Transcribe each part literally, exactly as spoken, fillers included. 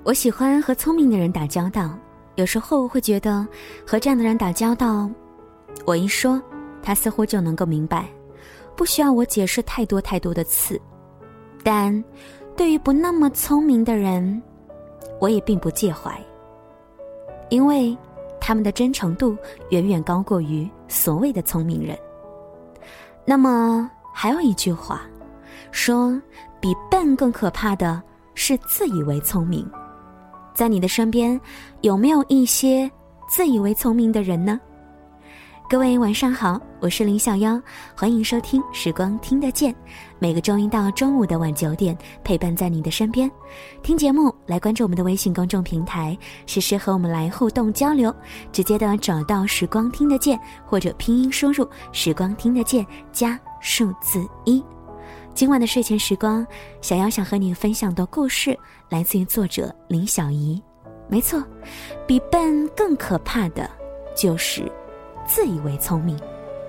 我喜欢和聪明的人打交道，有时候会觉得和这样的人打交道，我一说他似乎就能够明白，不需要我解释太多太多的次。但对于不那么聪明的人，我也并不介怀，因为他们的真诚度远远高过于所谓的聪明人。那么还有一句话说，比笨更可怕的是自以为聪明。在你的身边有没有一些自以为聪明的人呢？各位晚上好，我是林小妖，欢迎收听时光听得见，每个周一到周五的晚九点陪伴在你的身边。听节目来关注我们的微信公众平台，实时和我们来互动交流，直接的找到时光听得见，或者拼音输入时光听得见加数字一。今晚的睡前时光，小妖想和你分享的故事来自于作者林小怡。没错，比笨更可怕的就是自以为聪明。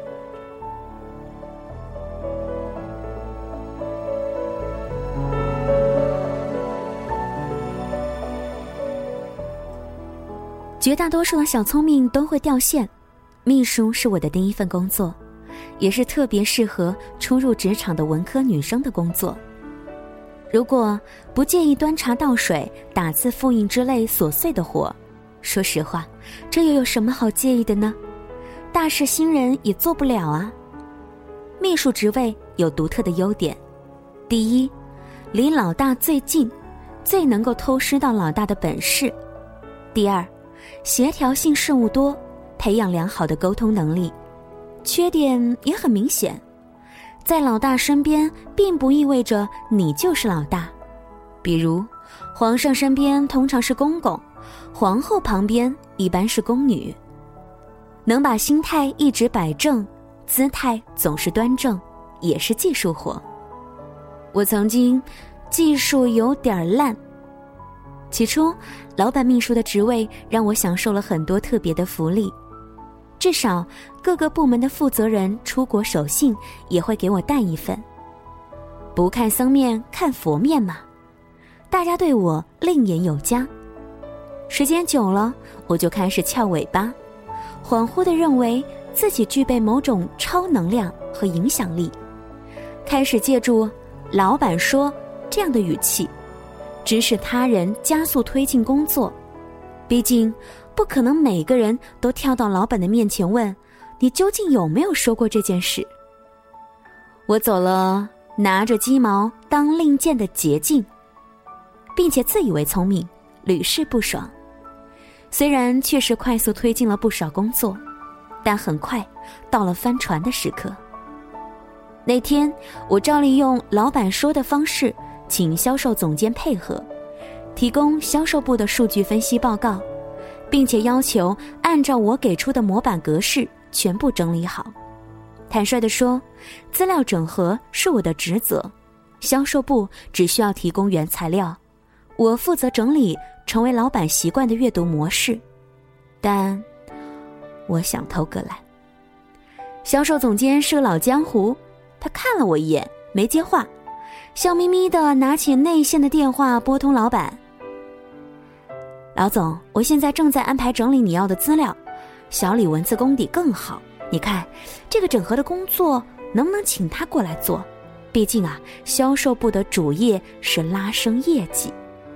绝大多数的小聪明都会掉线，秘书是我的第一份工作，也是特别适合初入职场的文科女生的工作。如果不介意端茶倒水、打字复印之类琐碎的活，说实话，这又有什么好介意的呢？大事新人也做不了啊。秘书职位有独特的优点，第一，离老大最近，最能够偷师到老大的本事；第二，协调性事务多，培养良好的沟通能力。缺点也很明显，在老大身边并不意味着你就是老大。比如皇上身边通常是公公，皇后旁边一般是宫女。能把心态一直摆正，姿态总是端正，也是技术活。我曾经技术有点烂，起初老板秘书的职位让我享受了很多特别的福利，至少各个部门的负责人出国守信也会给我带一份。不看僧面看佛面嘛，大家对我另眼有加。时间久了，我就开始翘尾巴，恍惚地认为自己具备某种超能量和影响力，开始借助老板说这样的语气指使他人加速推进工作。毕竟不可能每个人都跳到老板的面前问你究竟有没有说过这件事。我走了拿着鸡毛当令箭的捷径，并且自以为聪明，屡试不爽。虽然确实快速推进了不少工作，但很快到了翻船的时刻。那天我照例用老板说的方式请销售总监配合，提供销售部的数据分析报告，并且要求按照我给出的模板格式全部整理好。坦率地说，资料整合是我的职责，销售部只需要提供原材料，我负责整理成为老板习惯的阅读模式。但我想偷个懒。销售总监是个老江湖，他看了我一眼没接话，笑眯眯地拿起内线的电话拨通老板。老总，我现在正在安排整理你要的资料，小李文字功底更好，你看这个整合的工作能不能请他过来做？毕竟啊，销售部的主业是拉升业绩。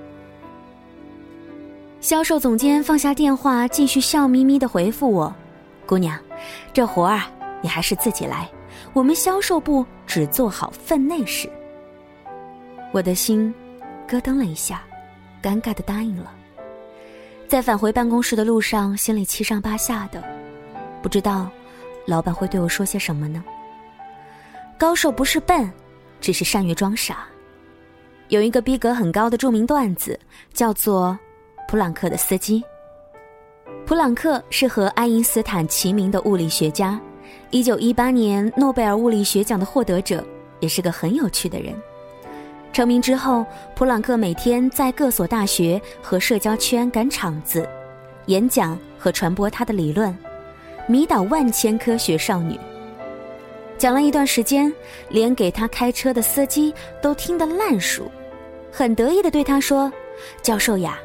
销售总监放下电话，继续笑眯眯地回复我：姑娘，这活儿你还是自己来，我们销售部只做好分内事。我的心咯噔了一下，尴尬地答应了。在返回办公室的路上，心里七上八下的，不知道老板会对我说些什么呢？高手不是笨，只是善于装傻。有一个逼格很高的著名段子，叫做普朗克的司机。普朗克是和爱因斯坦齐名的物理学家，一九一八年诺贝尔物理学奖的获得者，也是个很有趣的人。成名之后，普朗克每天在各所大学和社交圈赶场子，演讲和传播他的理论，迷倒万千科学少女。讲了一段时间，连给他开车的司机都听得烂熟，很得意地对他说：教授呀，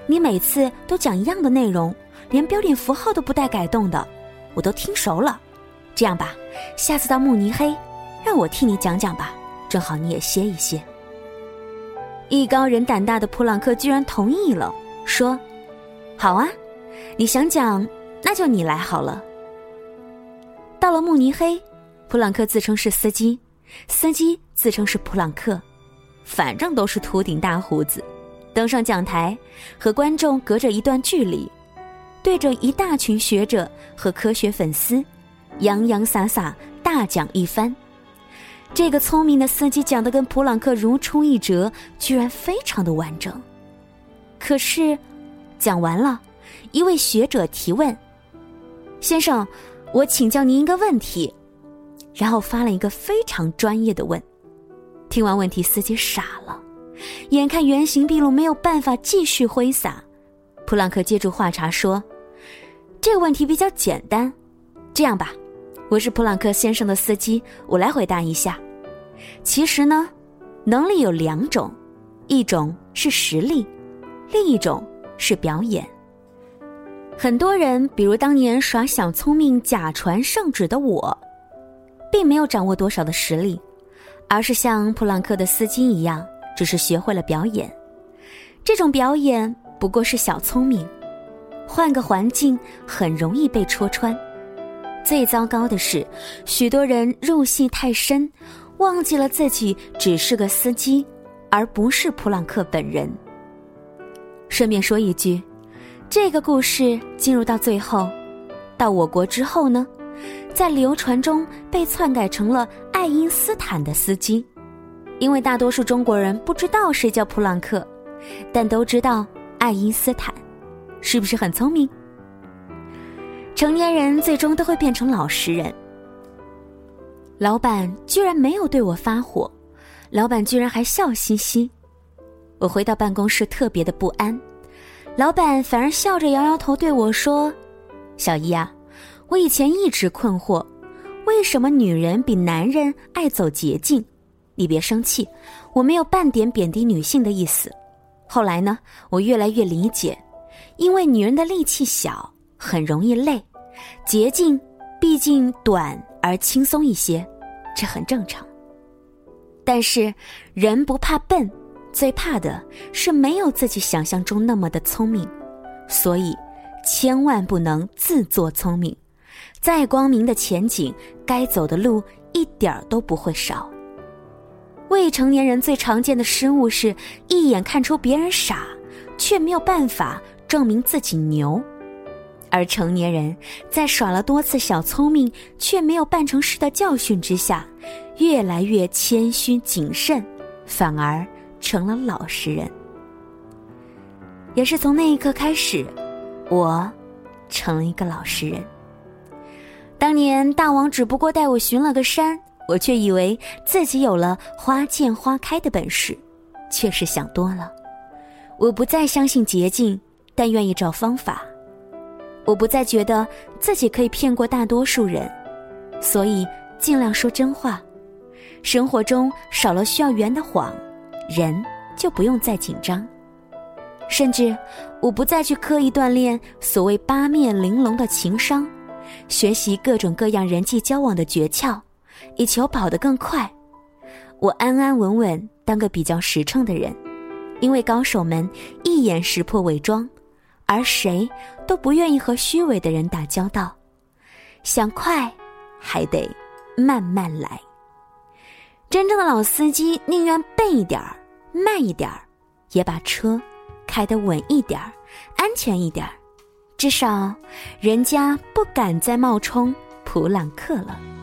你每次都讲一样的内容，连标点符号都不带改动的，我都听熟了。这样吧，下次到慕尼黑，让我替你讲讲吧，正好你也歇一歇。”艺高人胆大的普朗克居然同意了，说：“好啊，你想讲，那就你来好了。”到了慕尼黑，普朗克自称是司机，司机自称是普朗克，反正都是秃顶大胡子，登上讲台，和观众隔着一段距离，对着一大群学者和科学粉丝，洋洋洒洒大讲一番。这个聪明的司机讲得跟普朗克如出一辙，居然非常的完整。可是讲完了，一位学者提问：“先生，我请教您一个问题。”然后发了一个非常专业的问。听完问题，司机傻了，眼看原形毕露，没有办法继续挥洒。普朗克接住话茬说：“这个问题比较简单，这样吧，我是普朗克先生的司机，我来回答一下。其实呢，能力有两种，一种是实力，另一种是表演。很多人，比如当年耍小聪明假传圣旨的我，并没有掌握多少的实力，而是像普朗克的司机一样，只是学会了表演。这种表演不过是小聪明，换个环境很容易被戳穿。最糟糕的是，许多人入戏太深，忘记了自己只是个司机，而不是普朗克本人。顺便说一句，这个故事进入到最后，到我国之后呢，在流传中被篡改成了爱因斯坦的司机，因为大多数中国人不知道谁叫普朗克，但都知道爱因斯坦，是不是很聪明？成年人最终都会变成老实人。老板居然没有对我发火，老板居然还笑嘻嘻。我回到办公室特别的不安，老板反而笑着摇摇头对我说：“小姨啊，我以前一直困惑，为什么女人比男人爱走捷径？你别生气，我没有半点贬低女性的意思。后来呢，我越来越理解，因为女人的力气小，很容易累，捷径毕竟短而轻松一些，这很正常。但是人不怕笨，最怕的是没有自己想象中那么的聪明，所以千万不能自作聪明。再光明的前景，该走的路一点儿都不会少。未成年人最常见的失误是一眼看出别人傻，却没有办法证明自己牛。而成年人在耍了多次小聪明却没有办成事的教训之下，越来越谦虚谨慎，反而成了老实人。也是从那一刻开始，我成了一个老实人。当年大王只不过带我巡了个山，我却以为自己有了花见花开的本事，却是想多了。我不再相信捷径，但愿意找方法。我不再觉得自己可以骗过大多数人，所以尽量说真话。生活中少了需要圆的谎，人就不用再紧张。甚至我不再去刻意锻炼所谓八面玲珑的情商，学习各种各样人际交往的诀窍，以求跑得更快。我安安稳稳当个比较实诚的人，因为高手们一眼识破伪装，而谁都不愿意和虚伪的人打交道。想快还得慢慢来。真正的老司机宁愿笨一点儿，慢一点儿，也把车开得稳一点儿，安全一点儿，至少人家不敢再冒充普朗克了。